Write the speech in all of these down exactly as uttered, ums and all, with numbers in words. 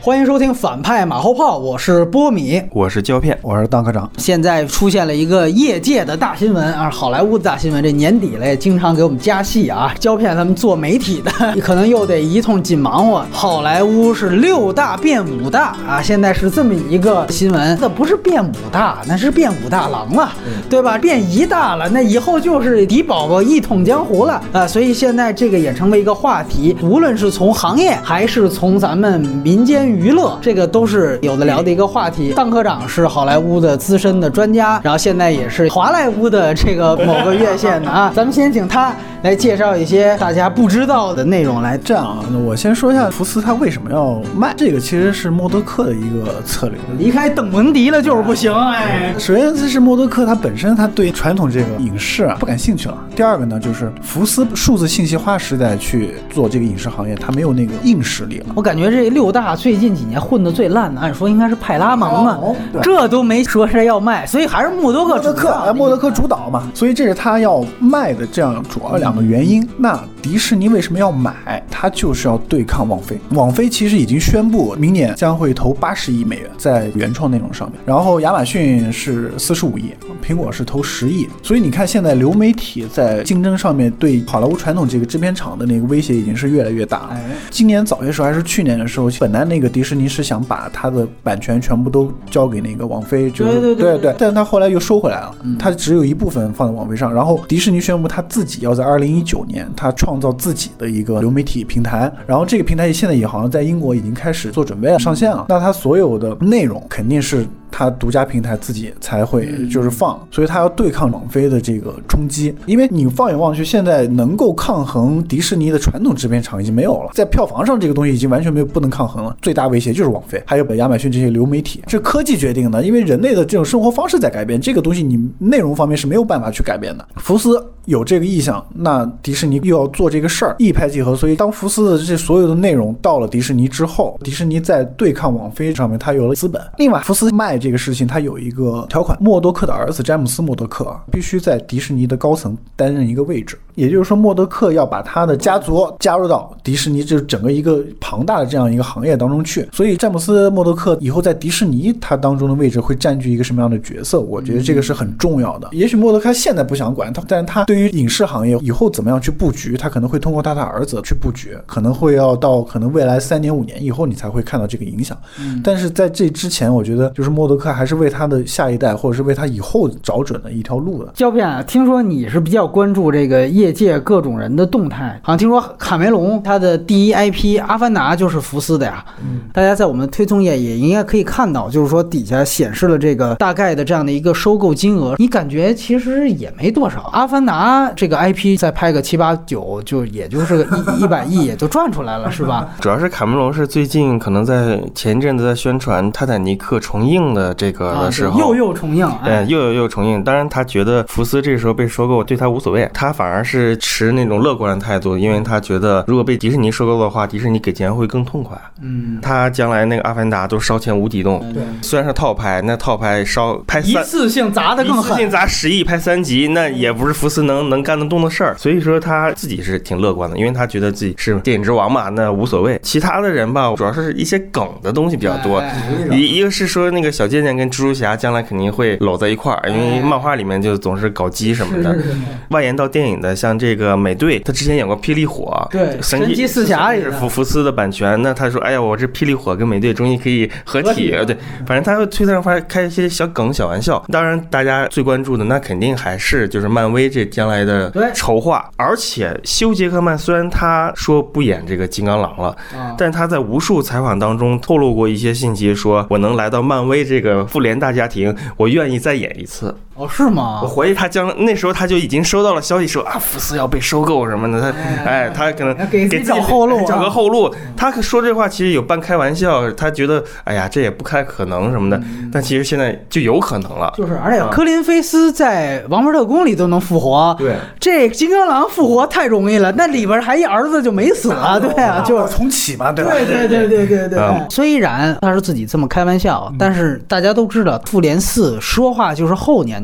欢迎收听反派马后炮，我是波米， 我是胶片， 我是当科长。 现在出现了一个业界的大新闻啊，好莱坞的大新闻，这年底了也经常给我们加戏啊。胶片他们做媒体的，可能又得一通紧忙活。好莱坞是六大变五大啊，现在是这么一个新闻，那不是变五大，那是变五大郎了，对吧？变一大了，那以后就是迪宝宝一统江湖了啊。所以现在这个也成为一个话题，无论是从行业还是从咱们民间娱乐，这个都是有的聊的一个话题。当科长是好莱坞的资深的专家，然后现在也是华莱坞的这个某个院线的啊。咱们先请他来介绍一些大家不知道的内容来。 这样啊，我先说一下福斯他为什么要卖，这个其实是默多克的一个策略， 离开邓文迪了就是不行。哎， 首先这是默多克他本身他对传统这个影视啊不感兴趣了。第二个呢，就是福斯数字信息化时代去做这个影视行业，他没有那个硬实力了。 我感觉这六大最近几年混得最烂的，按说应该是派拉蒙啊，哦、这都没说是要卖，所以还是默多克主导。 默多克主导嘛，所以这是他要卖的这样主要两个原因。那迪士尼为什么要买？他就是要对抗网飞。网飞其实已经宣布明年将会投八十亿美元在原创内容上面，然后亚马逊是四十五亿，苹果是投十亿。所以你看现在流媒体在竞争上面对好莱坞传统这个制片厂的那个威胁已经是越来越大了。今年早些时候还是去年的时候，本来那个迪士尼是想把他的版权全部都交给那个网飞，就是对对 对, 对, 对但是他后来又收回来了，他只有一部分放在网飞上。然后迪士尼宣布他自己要在二零一九年他创造自己的一个流媒体平台，然后这个平台现在也好像在英国已经开始做准备了，上线了。那他所有的内容肯定是他独家平台自己才会就是放，所以他要对抗网飞的这个冲击。因为你放眼望去，现在能够抗衡迪士尼的传统制片厂已经没有了，在票房上这个东西已经完全没有不能抗衡了。最大威胁就是网飞，还有亚马逊这些流媒体，这科技决定的，因为人类的这种生活方式在改变，这个东西你内容方面是没有办法去改变的。福斯有这个意向，那迪士尼又要做这个事儿，一拍即合。所以当福斯的这所有的内容到了迪士尼之后，迪士尼在对抗网飞上面他有了资本。另外福斯卖这个事情他有一个条款，默多克的儿子詹姆斯默多克必须在迪士尼的高层担任一个位置，也就是说默多克要把他的家族加入到迪士尼这整个一个庞大的这样一个行业当中去。所以詹姆斯默多克以后在迪士尼他当中的位置会占据一个什么样的角色，我觉得这个是很重要的。也许默多克现在不想管他，但他对于影视行业以后怎么样去布局，他可能会通过他的儿子去布局，可能会要到可能未来三年五年以后你才会看到这个影响。嗯、但是在这之前我觉得就是默多克还是为他的下一代或者是为他以后找准了一条路的。 胶片啊，听说你是比较关注这个业界各种人的动态，好像听说卡梅隆他的第一 I P 阿凡达就是福斯的呀。嗯、大家在我们推送页也应该可以看到，就是说底下显示了这个大概的这样的一个收购金额，你感觉其实也没多少。阿凡达这个 I P 再拍个七八九，就也就是个一一百亿也就赚出来了，是吧？ 主要是卡梅隆是最近可能在前一阵子在宣传泰坦尼克重映的这个的时候， 啊、又又重映， 哎，又又又重映。当然，他觉得福斯这时候被收购对他无所谓，他反而是持那种乐观的态度，因为他觉得如果被迪士尼收购的话，迪士尼给钱会更痛快。嗯，他将来那个阿凡达都烧钱无底洞，对，虽然是套拍，那套拍烧拍一次性砸得更狠， 一次性砸十亿拍三集，那也不是福斯能能干得动的事儿。所以说他自己是挺乐观的，因为他觉得自己是电影之王嘛，那无所谓。其他的人吧，主要是一些梗的东西比较多，一一个是说那个小贱贱跟蜘蛛侠将来肯定会搂在一块儿，因为漫画里面就总是搞基什么的。外延到电影的，像这个美队，他之前演过霹雳火， 对，神奇四侠里是福福斯的版权，那他说哎呀，我这霹雳火跟美队终于可以合体了，对，反正他会推特上发开一些小梗小玩笑。当然大家最关注的那肯定还是就是漫威这将来的筹划。而且休杰克曼虽然他说不演这个金刚狼了，啊、但他在无数采访当中透露过一些信息，说我能来到漫威这个复联大家庭，我愿意再演一次。 哦，是吗？ 我怀疑他将那时候他就已经收到了消息说啊，福斯要被收购什么的，他哎，他可能给自己找后路、啊， 找个后路。他说这话其实有半开玩笑，他觉得哎呀，这也不太可能什么的，嗯、但其实现在就有可能了。 就是，而且科林菲斯在《王牌特工》里都能复活， 对， 这金刚狼复活太容易了，那里边还一儿子就没死啊，对啊，就是重启嘛，对吧？ 对对对对对对。嗯、虽然他是自己这么开玩笑，但是大家都知道，复联四说话就是后年就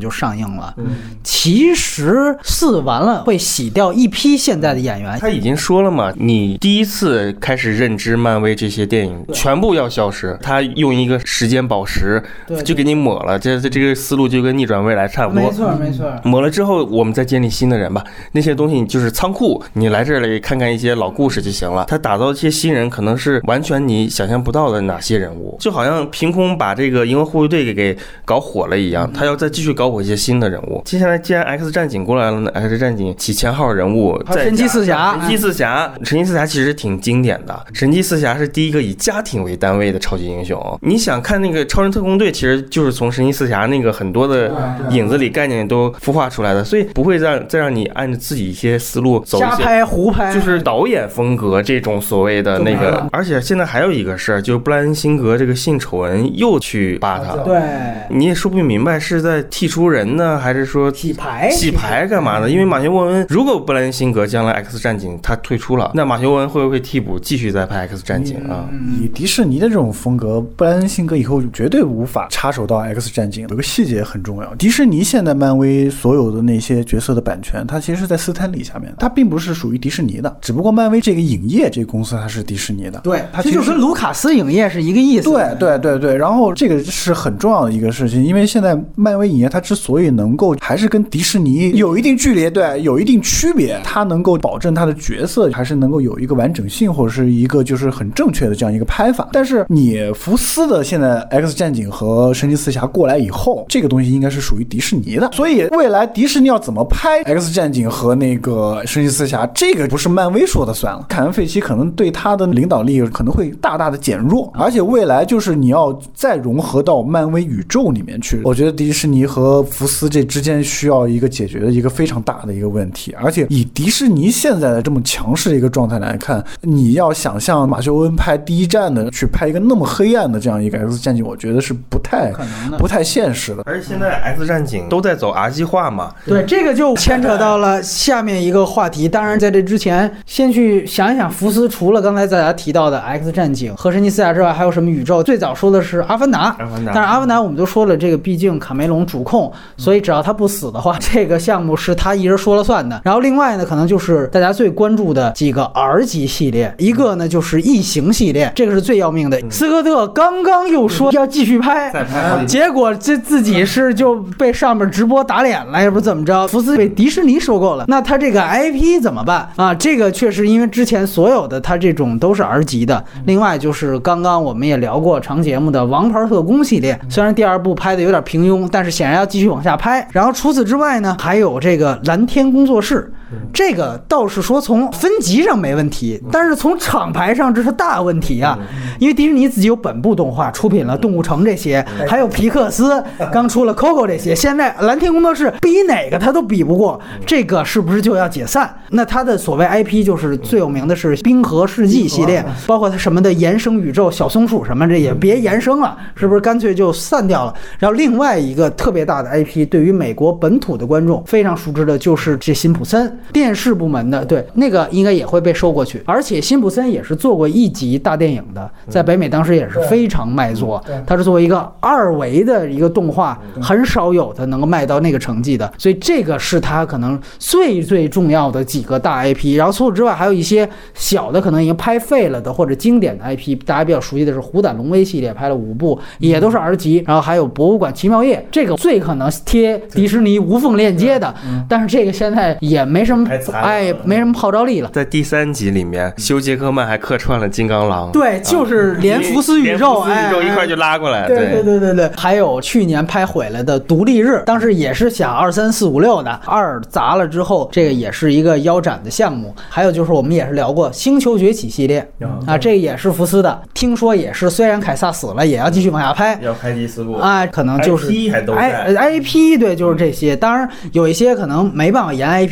就上映了。嗯，其实四完了会洗掉一批现在的演员。 他已经说了嘛，你第一次开始认知漫威这些电影全部要消失，他用一个时间宝石就给你抹了，这这个思路就跟逆转未来差不多。 没错没错。 抹了之后，我们再建立新的人吧。那些东西就是仓库，你来这里看看一些老故事就行了。他打造一些新人，可能是完全你想象不到的哪些人物，就好像凭空把这个银河护卫队给给搞火了一样，他要再继续搞火一些新的人物。接下来既然 X 战警过来了呢 ，X 战警几千号人物， 神奇四侠， 神奇四侠，神奇四侠其实挺经典的。神奇四侠是第一个以家庭为单位的超级英雄。你想看那个超人特工队，其实就是从神奇四侠那个很多的影子里概念都孵化出来的，所以不会让再让你按照自己一些思路走一些瞎拍胡拍， 就是导演风格这种所谓的那个。而且现在还有一个事儿，就是布莱恩辛格这个性丑闻又去扒他， 对， 你也说不明白是在剔出人呢，还是说洗牌洗牌干嘛的？因为马修·沃恩，如果布莱恩辛格将来 X 战警他退出了，那马修·沃恩会不会替补继续再拍 X 战警啊？ 以迪士尼的这种风格，布莱恩辛格以后绝对无法插手到 X 战警。有个细节很重要，迪士尼现在漫威所有的那些角色的版权，它其实是在斯坦李下面，它并不是属于迪士尼的，只不过漫威这个影业这个公司它是迪士尼的。 对，它就跟卢卡斯影业是一个意思。 对对对对，然后这个是很重要的一个事情，因为现在漫威影业它之所以能够还是跟迪士尼有一定距离，对，有一定区别，它能够保证它的角色还是能够有一个完整性，或者是一个就是很正确的这样一个拍法。但是你福斯的现在 X 战警和神奇四侠过来以后，这个东西应该是属于迪士尼的，所以未来迪士尼要怎么拍 X 战警和那个神奇四侠，这个不是漫威说的算了。凯恩·费奇可能对他的领导力可能会大大的减弱，而且未来就是你要再融合到漫威宇宙里面去，我觉得迪士尼和福斯这之间需要一个解决的一个非常大的一个问题。而且以迪士尼现在的这么强势的一个状态来看，你要想象马修·恩拍第一站的去拍一个那么黑暗的这样一个 X 战警，我觉得是不太不太现实的。 而且现在 X 战警都在走 R 级化嘛， 对，这个就牵扯到了下面一个话题。当然在这之前先去想一想，福斯除了刚才大家提到的 X 战警和神奇四侠之外还有什么宇宙。最早说的是阿凡达，但是阿凡达我们都说了，这个毕竟卡梅隆主控，所以只要他不死的话，这个项目是他一人说了算的。然后另外呢，可能就是大家最关注的几个 R 级系列，一个呢就是异形系列，这个是最要命的。斯科特刚刚又说要继续拍，结果这自己是就被上面直播打脸了，也不怎么着。福斯被迪士尼收购了，那他这个 I P 怎么办啊？这个确实因为之前所有的他这种都是 R 级的。另外就是刚刚我们也聊过长节目的王牌特工系列，虽然第二部拍的有点平庸，但是显然要继续往下拍。然后除此之外呢，还有这个蓝天工作室，这个倒是说从分级上没问题，但是从厂牌上这是大问题啊。因为迪士尼自己有本部动画出品了动物城这些，还有皮克斯刚出了 Coco 这些，现在蓝天工作室比哪个他都比不过，这个是不是就要解散？那他的所谓 I P 就是最有名的是冰河世纪系列，包括他什么的延伸宇宙小松鼠什么，这也别延伸了，是不是干脆就散掉了？然后另外一个特别大的 I P 对于美国本土的观众非常熟知的就是这辛普森电视部门的，对，那个应该也会被收过去。而且辛普森也是做过一集大电影的，在北美当时也是非常卖座，他是作为一个二维的一个动画很少有的能够卖到那个成绩的，所以这个是他可能最最重要的几个大 I P。 然后除此之外还有一些小的可能已经拍废了的或者经典的 I P， 大家比较熟悉的是虎胆龙威系列拍了五部，也都是 R 级。然后还有博物馆奇妙夜，这个最可能贴迪士尼无缝链接的，但是这个现在也没什么哎没什么号召力了。 在第三集里面，休杰克曼还客串了金刚狼， 对，就是连福斯宇宙， 连福斯宇宙一块就拉过来。 对对对对对，还有去年拍毁了的独立日，当时也是想二三四五六的，二砸了之后，这个也是一个腰斩的项目。还有就是我们也是聊过星球崛起系列啊，这个也是福斯的，听说也是虽然凯撒死了，也要继续往下拍， 要拍第四部啊，可能就是 I P 还都在 I P 对，就是这些。当然有一些可能没办法延 I P 的，已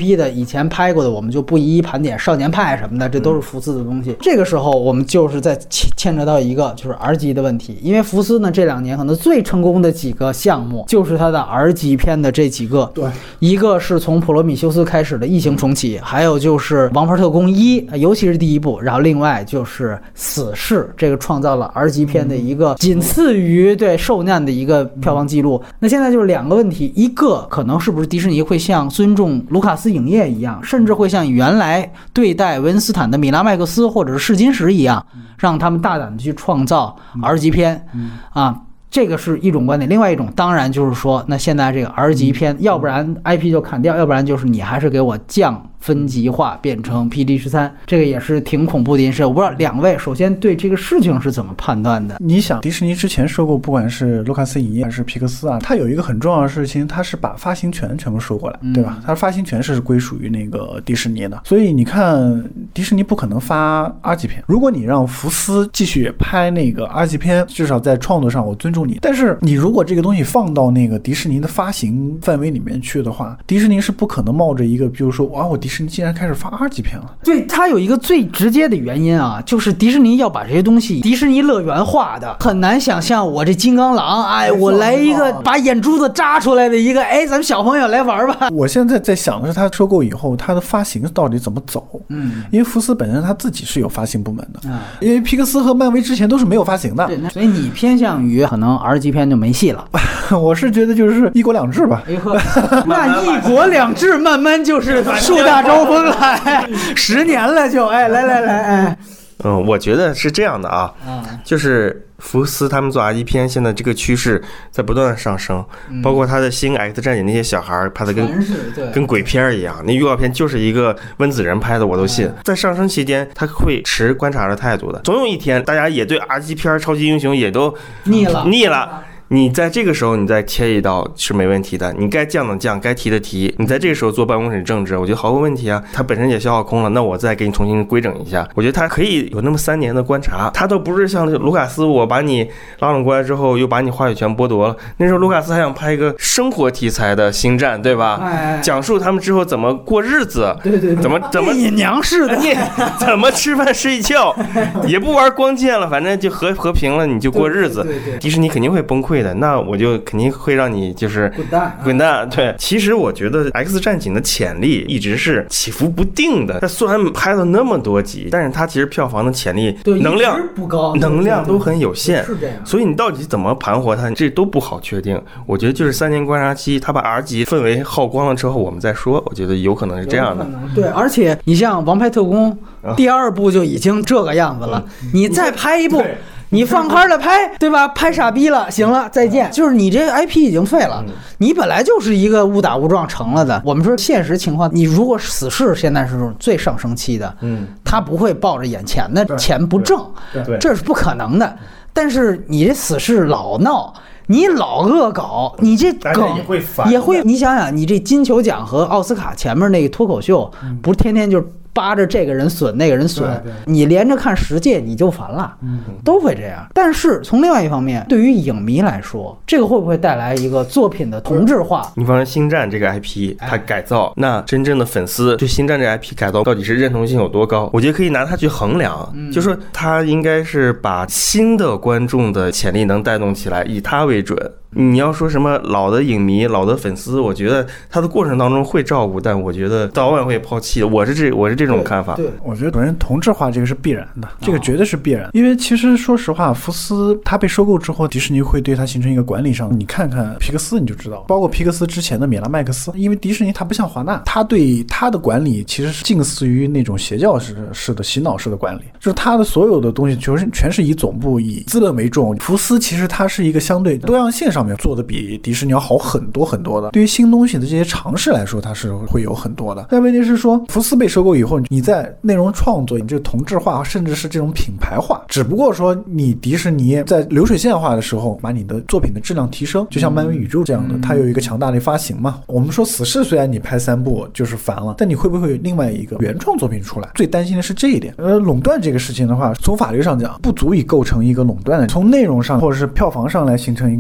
以前拍过的我们就不一一盘点，少年派什么的，这都是福斯的东西。嗯、这个时候我们就是在牵扯到一个就是 R 级的问题，因为福斯呢这两年可能最成功的几个项目就是它的 R 级片的这几个， 对， 一个是从普罗米修斯开始的异形重启，还有就是王牌特工一，尤其是第一部，然后另外就是死侍，这个创造了 R 级片的一个仅次于对受难的一个票房记录。那现在就是两个问题，一个可能是不是迪士尼会像尊重卢卡斯影业一样，甚至会像原来对待维恩斯坦的米拉麦克斯或者是试金石一样，让他们大胆的去创造 R 级片啊。这个是一种观点，另外一种当然就是说，那现在这个 R 级片，要不然 I P 就砍掉，要不然就是你还是给我降分级化，变成 P G 十三，这个也是挺恐怖的一件事。我不知道两位首先对这个事情是怎么判断的？ 你想，迪士尼之前收购，不管是卢卡斯影业还是皮克斯啊，它有一个很重要的事情，它是把发行权全部收过来，对吧？它的发行权是归属于那个迪士尼的，所以你看，迪士尼不可能发 R 级片。如果你让福斯继续拍那个 R 级片，至少在创作上我尊重你，但是你如果这个东西放到那个迪士尼的发行范围里面去的话，迪士尼是不可能冒着一个，比如说，哇，我迪士尼竟然开始发 R 级片了。 对，它有一个最直接的原因啊，就是迪士尼要把这些东西迪士尼乐园化的，很难想象我这金刚狼，哎，我来一个把眼珠子扎出来的一个，哎，咱们小朋友来玩吧。 我现在在想的是，它收购以后，它的发行到底怎么走？嗯，因为福斯本身它自己是有发行部门的，啊，因为皮克斯和漫威之前都是没有发行的， 对，所以你偏向于可能 R 级片就没戏了。 我是觉得就是一国两制吧。 哎呵，那一国两制慢慢就是树大招风了，哎，十年了就，哎，来来来，哎， 嗯，我觉得是这样的啊，就是福斯他们做 R 级片，现在这个趋势在不断的上升，嗯、包括他的新 X 战警那些小孩拍的跟跟鬼片一样，那预告片就是一个温子仁拍的，我都信。嗯、在上升期间，他会持观察的态度的，总有一天大家也对 R 级片、超级英雄也都腻了腻了。你在这个时候你再切一刀是没问题的，你该降的降，该提的提，你在这个时候做办公室政治，我觉得毫无问题啊。他本身也消耗空了，那我再给你重新规整一下，我觉得他可以有那么三年的观察，他都不是像卢卡斯，我把你拉拢过来之后又把你话语权剥夺了。那时候卢卡斯还想拍一个生活题材的星战，对吧？ 哎、 讲述他们之后怎么过日子， 对对对， 怎么怎么你娘似的， 你怎么吃饭睡觉，也不玩光剑了，反正就和和平了，你就过日子。 对对对对， 迪士尼肯定会崩溃的，那我就肯定会让你就是滚蛋滚蛋。对，其实我觉得 X 战警的潜力一直是起伏不定的。它虽然拍了那么多集，但是它其实票房的潜力、能量不高， 能量都很有限。 是这样。 所以你到底怎么盘活它，这都不好确定。我觉得就是三年观察期，它把 R 级氛围耗光了之后，我们再说。我觉得有可能是这样的。 对，而且你像《王牌特工》第二部就已经这个样子了，嗯、你再拍一部。你放开了拍，对吧？拍傻逼了，行了，再见。就是你这 I P 已经废了，你本来就是一个误打误撞成了的。我们说现实情况，你如果死侍现在是最上升期的，嗯，他不会抱着眼前的钱不挣，这是不可能的。但是你这死侍老闹。你老恶搞，你这梗也会烦， 也会。你想想，你这金球奖和奥斯卡前面那个脱口秀，嗯、不是天天就扒着这个人损那个人损，你连着看十届你就烦了，嗯、都会这样。但是从另外一方面，对于影迷来说，这个会不会带来一个作品的同质化？ 你比如星战这个 I P， 它改造，哎、那真正的粉丝对星战这个 I P 改造到底是认同性有多高？我觉得可以拿它去衡量，嗯、就说它应该是把新的观众的潜力能带动起来，以它为准。你要说什么老的影迷、老的粉丝，我觉得他的过程当中会照顾，但我觉得早晚会抛弃的。我是这我是这种看法。 对，对我觉得本身同质化这个是必然的，这个绝对是必然。因为其实说实话，福斯他被收购之后，迪士尼会对他形成一个管理上，你看看皮克斯你就知道，包括皮克斯之前的米拉麦克斯，因为迪士尼它不像华纳，他对他的管理其实是近似于那种邪教式式的洗脑式的管理，就是他的所有的东西全是全是以总部以资本为重。福斯其实它是一个相对多样性上面做的比迪士尼要好很多很多的，对于新东西的这些尝试来说，它是会有很多的。但问题是说，福斯被收购以后，你在内容创作，你这个同质化，甚至是这种品牌化，只不过说你迪士尼在流水线化的时候，把你的作品的质量提升，就像漫威宇宙这样的，它有一个强大的发行嘛。我们说死侍虽然你拍三部就是烦了，但你会不会有另外一个原创作品出来？最担心的是这一点。呃，垄断这个事情的话，从法律上讲，不足以构成一个垄断的。从内容上或者是票房上来形成一个垄断的。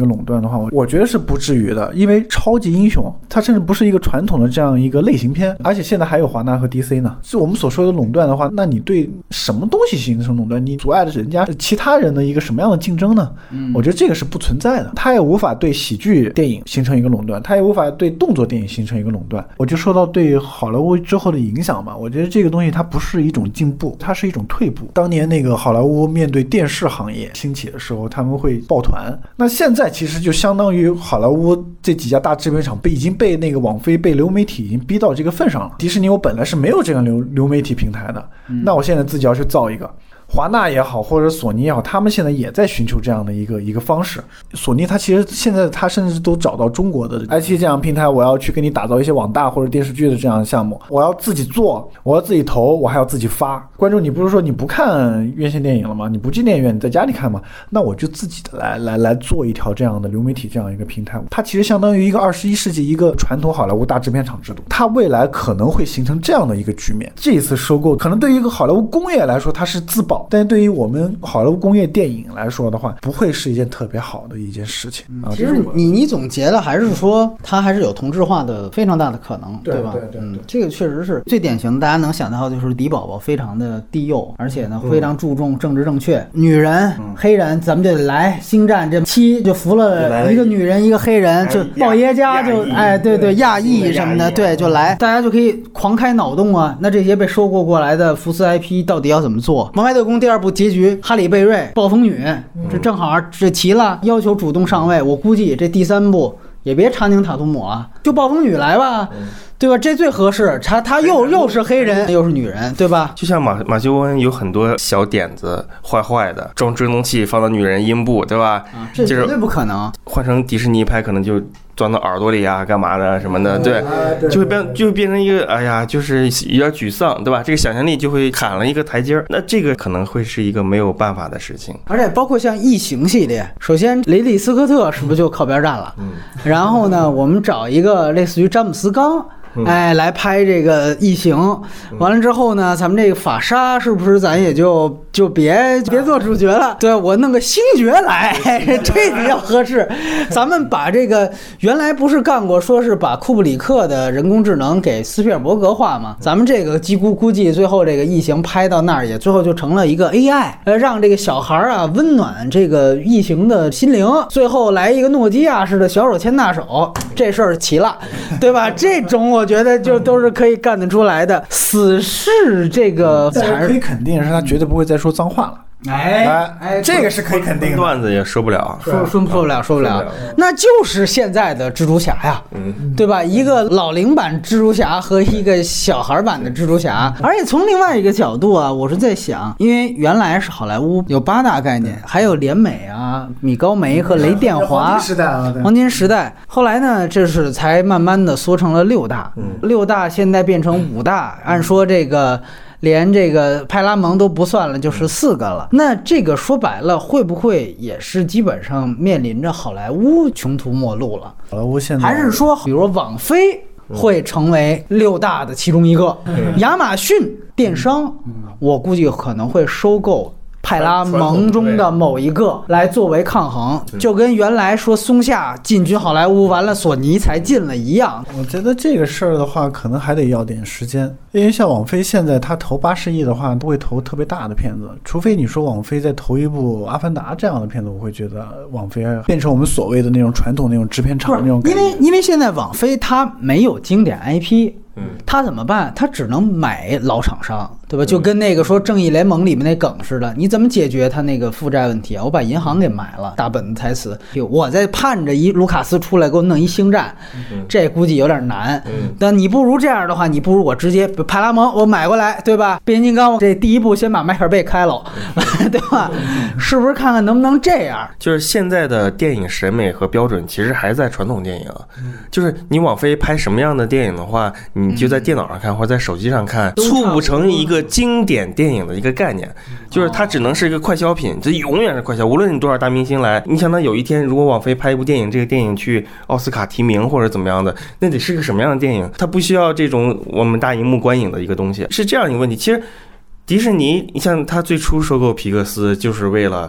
的话，我觉得是不至于的，因为超级英雄它甚至不是一个传统的这样一个类型片，而且现在还有华纳和 D C 呢。是我们所说的垄断的话，那你对什么东西形成垄断？你阻碍了人家其他人的一个什么样的竞争呢？嗯，我觉得这个是不存在的。它也无法对喜剧电影形成一个垄断，它也无法对动作电影形成一个垄断。我就说到对好莱坞之后的影响吧，我觉得这个东西它不是一种进步，它是一种退步。当年那个好莱坞面对电视行业兴起的时候，他们会抱团。那现在其实就相当于好莱坞这几家大制片厂被已经被那个网飞被流媒体已经逼到这个份上了。迪士尼我本来是没有这个流流媒体平台的，嗯、那我现在自己要去造一个。华纳也好，或者索尼也好，他们现在也在寻求这样的一个一个方式。索尼它其实现在它甚至都找到中国的 I T 这样平台，我要去给你打造一些网大或者电视剧的这样的项目，我要自己做，我要自己投，我还要自己发。观众你不是说你不看院线电影了吗？你不进电影院，你在家里看吗？那我就自己来来来做一条这样的流媒体这样一个平台。它其实相当于一个二十一世纪一个传统好莱坞大制片厂制度，它未来可能会形成这样的一个局面。这一次收购可能对于一个好莱坞工业来说它是自保，但是对于我们好莱坞工业电影来说的话，不会是一件特别好的一件事情。 嗯、其实你你总结了，还是说它还是有同质化的非常大的可能， 对吧？ 对对对嗯，这个确实是最典型的，大家能想到就是迪宝宝非常的低幼，而且呢非常注重政治正确，嗯、女人、嗯、黑人，咱们就得来星战这期就服了一个女人一个黑人，就鲍爷家就哎对对亚裔什么的，对就来，大家就可以狂开脑洞啊。那这些被收购过来的福斯 I P 到底要怎么做？王牌特工第二部结局，哈里贝瑞暴风女，这正好这齐了，要求主动上位。我估计这第三部也别查宁塔图姆了，就暴风女来吧，对吧？这最合适。他他又又是黑人又是女人，对吧？ 就像马马修恩有很多小点子，坏坏的，装追踪器放到女人阴部，对吧？ 啊、这绝对不可能。 换成迪士尼拍，可能就钻到耳朵里啊，干嘛的什么的，对，就会变就会变成一个，哎呀，就是有点沮丧，对吧？这个想象力就会砍了一个台阶儿，那这个可能会是一个没有办法的事情。 而且包括像异形系列，首先雷利斯科特是不是就靠边站了？嗯，然后呢，我们找一个类似于詹姆斯刚。哎，来拍这个异形，完了之后呢，咱们这个法沙是不是咱也就就别别做主角了？对，我弄个星爵来，这比较合适。咱们把这个原来不是干过，说是把库布里克的人工智能给斯皮尔伯格化嘛？咱们这个几乎估计最后这个异形拍到那儿，也最后就成了一个 A I， 呃，让这个小孩啊温暖这个异形的心灵，最后来一个诺基亚式的小手牵大手，这事儿齐了，对吧？这种我。我觉得就都是可以干得出来的。死侍这个可以肯定是他绝对不会再说脏话了。 哎哎， 这个是可以肯定的， 段子也说不了， 说说不了，说不了，那就是现在的蜘蛛侠呀，嗯，对吧？一个老龄版蜘蛛侠和一个小孩版的蜘蛛侠，而且从另外一个角度啊，我是在想，因为原来是好莱坞有八大概念，还有联美啊、米高梅和雷电华， 黄金时代啊， 黄金时代。后来呢，这是才慢慢的缩成了六大，六大现在变成五大，按说这个。连这个派拉蒙都不算了，就是四个了。那这个说白了，会不会也是基本上面临着好莱坞穷途末路了？ 好莱坞现在还是说，比如网飞会成为六大的其中一个？亚马逊电商，我估计可能会收购派拉蒙中的某一个来作为抗衡，就跟原来说松下进军好莱坞，完了索尼才进了一样。 我觉得这个事儿的话，可能还得要点时间，因为像网飞现在他投八十亿的话，不会投特别大的片子，除非你说网飞再投一部《阿凡达》这样的片子，我会觉得网飞变成我们所谓的那种传统那种制片厂那种感觉。 因为因为现在网飞它没有经典 I P。他怎么办？他只能买老厂商，对吧？就跟那个说《正义联盟》里面那梗似的，你怎么解决他那个负债问题啊？我把银行给买了，大本的台词，我在盼着一卢卡斯出来给我弄一星战，这估计有点难。但你不如这样的话，你不如我直接派拉蒙我买过来，对吧？变形金刚这第一部先把迈克尔贝开了，对吧？是不是看看能不能这样？ 就是现在的电影审美和标准其实还在传统电影，就是你网飞拍什么样的电影的话，你你就在电脑上看或者在手机上看，促不成一个经典电影的一个概念，就是它只能是一个快消品，这永远是快消。无论你多少大明星来，你想到有一天如果网飞拍一部电影，这个电影去奥斯卡提名或者怎么样的，那得是个什么样的电影？它不需要这种我们大荧幕观影的一个东西，是这样一个问题。其实迪士尼，你像它最初收购皮克斯，就是为了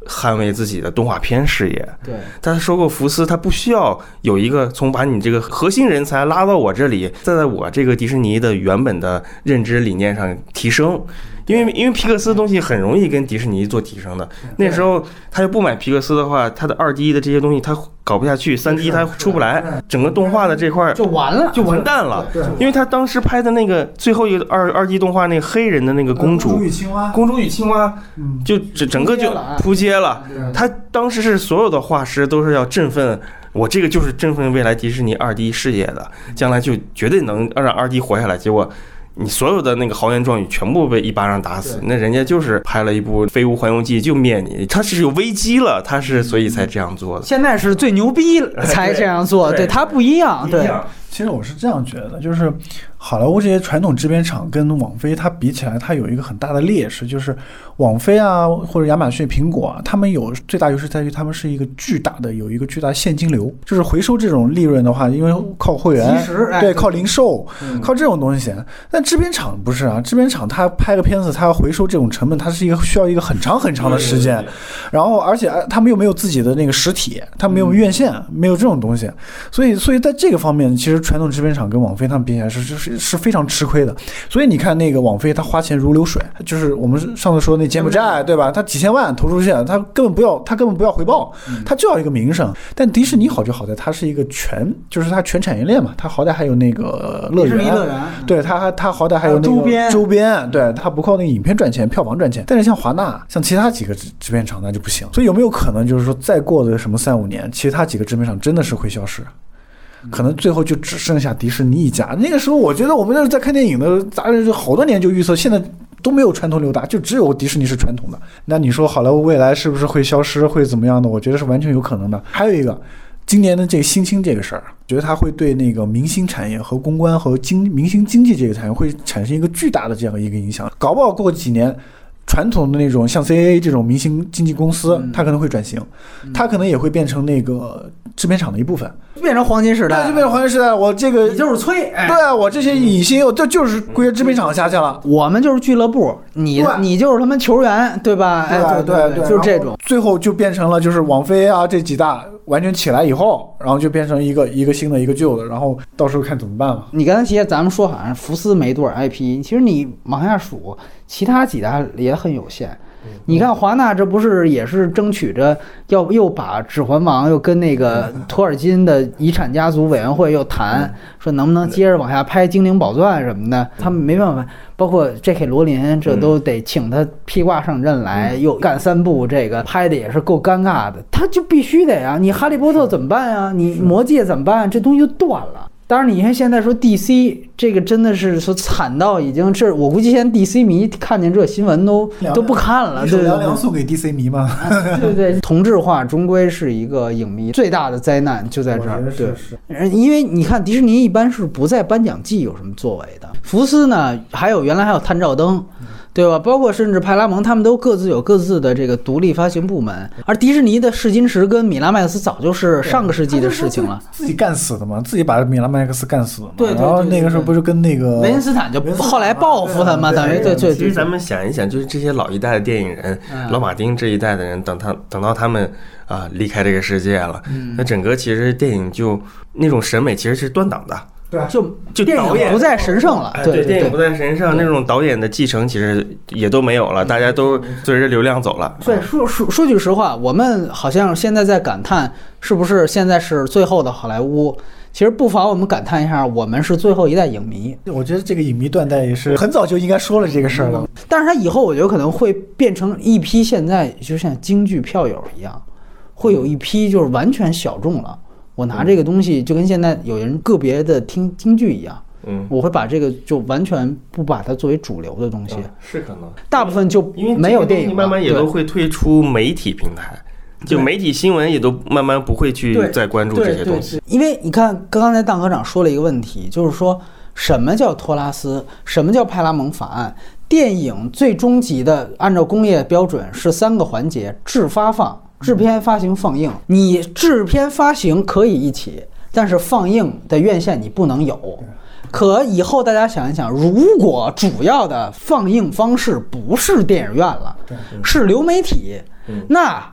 捍卫自己的动画片事业。 对， 他收购福斯，他不需要有一个从把你这个核心人才拉到我这里，再在我这个迪士尼的原本的认知理念上提升。因为因为皮克斯的东西很容易跟迪士尼做提升的，那时候他要不买皮克斯的话，他的二 D 的这些东西他搞不下去，三 D 他出不来，整个动画的这块就完了， 就完蛋了。因为他当时拍的那个最后一个二二 D 动画，那个黑人的那个公主， 公主与青蛙， 公主与青蛙，就整整个就扑街了。他当时是所有的画师都是要振奋。我这个就是振奋未来迪士尼二 D 事业的，将来就绝对能让二 D 活下来。结果你所有的那个豪言壮语全部被一巴掌打死，那人家就是拍了一部《飞屋环游记》就灭你，他是有危机了，他是所以才这样做的。 现在是最牛逼才这样做，对他不一样，对。 其实我是这样觉得，就是好莱坞这些传统制片厂跟网飞它比起来，它有一个很大的劣势，就是网飞啊或者亚马逊、苹果啊，他们有最大优势在于他们是一个巨大的有一个巨大现金流，就是回收这种利润的话，因为靠会员，对，靠零售，靠这种东西。但制片厂不是啊，制片厂它拍个片子，它要回收这种成本，它是一个需要一个很长很长的时间，然后而且他们又没有自己的那个实体，他们没有院线，没有这种东西，所以所以在这个方面，其实传统制片厂跟网飞他们比起来是是是非常吃亏的。所以你看那个网飞，他花钱如流水，就是我们上次说那柬埔寨，对吧？他几千万投出去，他根本不要，他根本不要回报，他就要一个名声。但迪士尼好就好在它是一个全，就是它全产业链嘛，它好歹还有那个乐园，对，它它好歹还有那个周边，周边，对，它不靠那个影片赚钱，票房赚钱。但是像华纳，像其他几个制片厂那就不行。所以有没有可能就是说，再过的什么三五年，其他几个制片厂真的是会消失？可能最后就只剩下迪士尼一家。那个时候，我觉得我们那是在看电影的，咱好多年就预测，现在都没有传统六大，就只有迪士尼是传统的。那你说好莱坞未来是不是会消失，会怎么样的？我觉得是完全有可能的。还有一个，今年的这个新青这个事儿，觉得它会对那个明星产业和公关和经明星经济这个产业会产生一个巨大的这样一个影响。搞不好过几年，传统的那种像 C A A 这种明星经纪公司，它可能会转型，它可能也会变成那个制片厂的一部分， 变成黄金时代， 对，就变成黄金时代。我这个你就是催，哎、 对啊，我这些影星，这就是归制片厂下去了。 我们就是俱乐部，你你就是他们球员，对吧？ 对哎， 对对对, 对， 就是这种。 最后就变成了就是网飞啊这几大完全起来以后，然后就变成一个一个新的一个旧的，然后到时候看怎么办了。 你刚才提咱们说好像福斯没多少 I P， 其实你往下数，其他几大也很有限。你看华纳这不是也是争取着要又把《指环王》又跟那个托尔金的遗产家族委员会又谈，说能不能接着往下拍《精灵宝钻》什么的，他们没办法。包括 J K 罗琳，这都得请他披挂上阵来，又干三部，这个拍的也是够尴尬的。他就必须得啊，你哈利波特怎么办啊？你魔戒怎么办？这东西就断了。当然，你看现在说 D C 这个真的是说惨到已经是，我估计现在 D C 迷看见这新闻都都不看了，对凉凉送给 D C 迷吗？ 对对，同质化终归是一个影迷最大的灾难，就在这儿。对，因为你看迪士尼一般是不在颁奖季有什么作为的，福斯呢还有原来还有探照灯。对吧？包括甚至派拉蒙，他们都各自有各自的这个独立发行部门，而迪士尼的试金石跟米拉麦克斯早就是上个世纪的事情了， 自己干死的嘛，自己把米拉麦克斯干死的嘛。 对对对对对， 然后那个时候不是跟那个维恩斯坦就后来报复他嘛，等于对对。 其实咱们想一想，就是这些老一代的电影人，嗯、老马丁这一代的人，等他等到他们啊离开这个世界了，嗯、那整个其实电影就那种审美其实是断档的。 对， 就就电影不再神圣了， 哎、 对, 对, 对，电影不再神圣，那种导演的继承其实也都没有了，大家都随着流量走了。 对，说说说句实话，我们好像现在在感叹是不是现在是最后的好莱坞，其实不妨我们感叹一下，我们是最后一代影迷。 我觉得这个影迷断代也是很早就应该说了这个事儿了、嗯， 但是他以后我觉得可能会变成一批现在就像京剧票友一样，会有一批就是完全小众了。我拿这个东西就跟现在有人个别的听京剧一样，嗯，我会把这个就完全不把它作为主流的东西， 嗯、是可能大部分就没有电影了， 慢慢也都会退出媒体平台，就媒体新闻也都慢慢不会去再关注这些东西。 因为你看，刚才蛋科长说了一个问题，就是说什么叫托拉斯，什么叫派拉蒙法案？电影最终极的按照工业标准是三个环节：制发放。制片发行放映，你制片发行可以一起，但是放映的院线你不能有。可以后大家想一想，如果主要的放映方式不是电影院了，是流媒体，那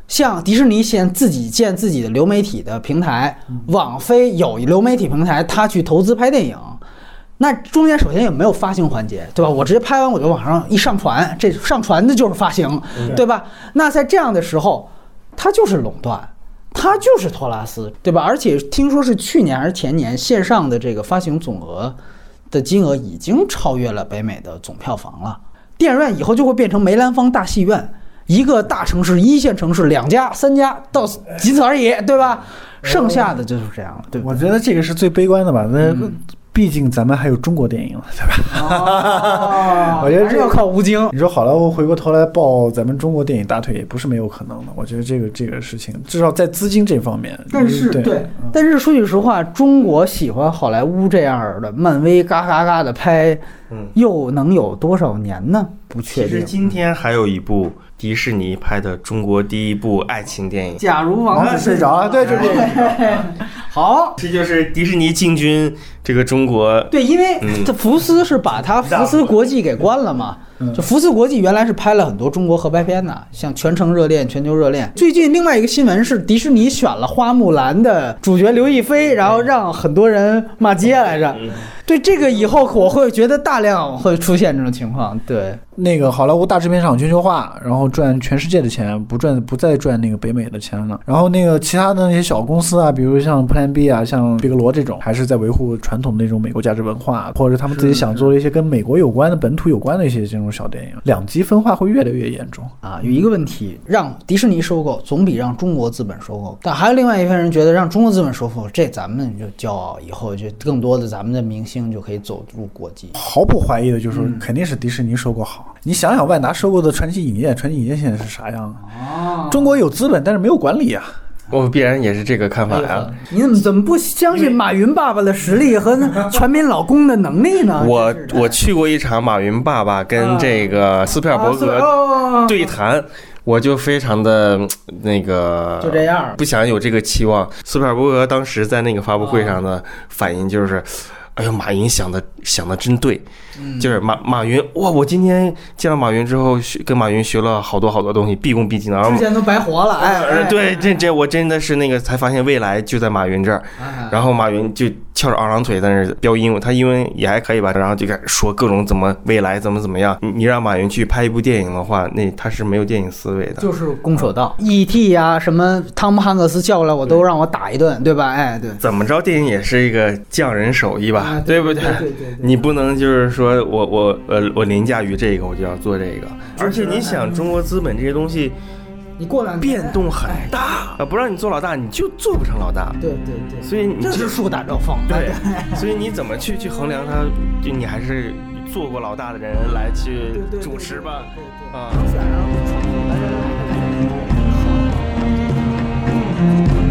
像迪士尼先自己建自己的流媒体的平台，网飞有流媒体平台，他去投资拍电影，那中间首先有没有发行环节，对吧？我直接拍完我就往上一上传，这上传的就是发行，对吧？那在这样的时候，它就是垄断，它就是托拉斯，对吧？而且听说是去年还是前年，线上的这个发行总额的金额已经超越了北美的总票房了。电影院以后就会变成梅兰芳大戏院，一个大城市、一线城市两家、三家，到仅此而已，对吧？剩下的就是这样了，对吧？ 我觉得这个是最悲观的吧，那。嗯毕竟咱们还有中国电影了，对吧？ 哦、 我觉得这个靠吴京。 你说好莱坞回过头来抱咱们中国电影大腿也不是没有可能的。我觉得这个这个事情，至少在资金这方面。 但是对，对嗯、但是说句实话，中国喜欢好莱坞这样的，漫威嘎嘎嘎的拍，嗯，又能有多少年呢？不确定。 其实今天还有一部迪士尼拍的中国第一部爱情电影《 假如王子睡着了》，对，就这个。 好， 这就是迪士尼进军这个中国。 对，因为这福斯是把它福斯国际给关了嘛。就福斯国际原来是拍了很多中国合拍片的，像《全城热恋》《全球热恋》。最近另外一个新闻是迪士尼选了花木兰的主角刘亦菲，然后让很多人骂街来着。对，这个以后我会觉得大量会出现这种情况。对， 那个好莱坞大制片厂全球化，然后赚全世界的钱，不赚不再赚那个北美的钱了。然后那个其他的那些小公司啊，比如像 Plan B 啊，像毕格罗这种，还是在维护传统的那种美国价值文化，或者他们自己想做的一些跟美国有关的、本土有关的一些这种小电影。两极分化会越来越严重啊！有一个问题，让迪士尼收购总比让中国资本收购，但还有另外一批人觉得让中国资本收购，这咱们就骄傲，以后就更多的咱们的明星就可以走入国际。 毫不怀疑的就是说，肯定是迪士尼收购好。嗯、你想想，万达收购的传奇影业，传奇影业现在是啥样啊？哦、中国有资本，但是没有管理啊。 我必然也是这个看法呀、啊哎！ 你怎么怎么不相信马云爸爸的实力和全民老公的能力呢？ 我我去过一场马云爸爸跟这个斯皮尔伯格对谈，啊、我就非常的那个就这样， 不想有这个期望。斯皮尔伯格当时在那个发布会上的反应就是。哎呦，马云想的想的真对，嗯、就是马马云哇！我今天见了马云之后，跟马云学了好多好多东西，毕恭毕敬的。 之前都白活了，哎， 哎对，这这我真的是那个才发现未来就在马云这儿。哎、然后马云就翘着二郎腿在那儿飙英文，他英文也还可以吧，然后就开始说各种怎么未来怎么怎么样。你你让马云去拍一部电影的话，那他是没有电影思维的， 就是攻守道。E T 呀，什么汤姆汉克斯叫过来，我都让我打一顿，对吧？哎，对。 怎么着，电影也是一个匠人手艺吧。啊、对, 对不对？ 对对 对, 对， 你不能就是说我我呃我凌驾于这个，我就要做这个。而且你想，中国资本这些东西， 你过两变动很大啊，不让你做老大，你就做不成老大。 对对对， 所以你这是树大招风。 对，所以你怎么去去衡量它？就你还是做过老大的人来去主持吧。 对对， 啊。 能选上。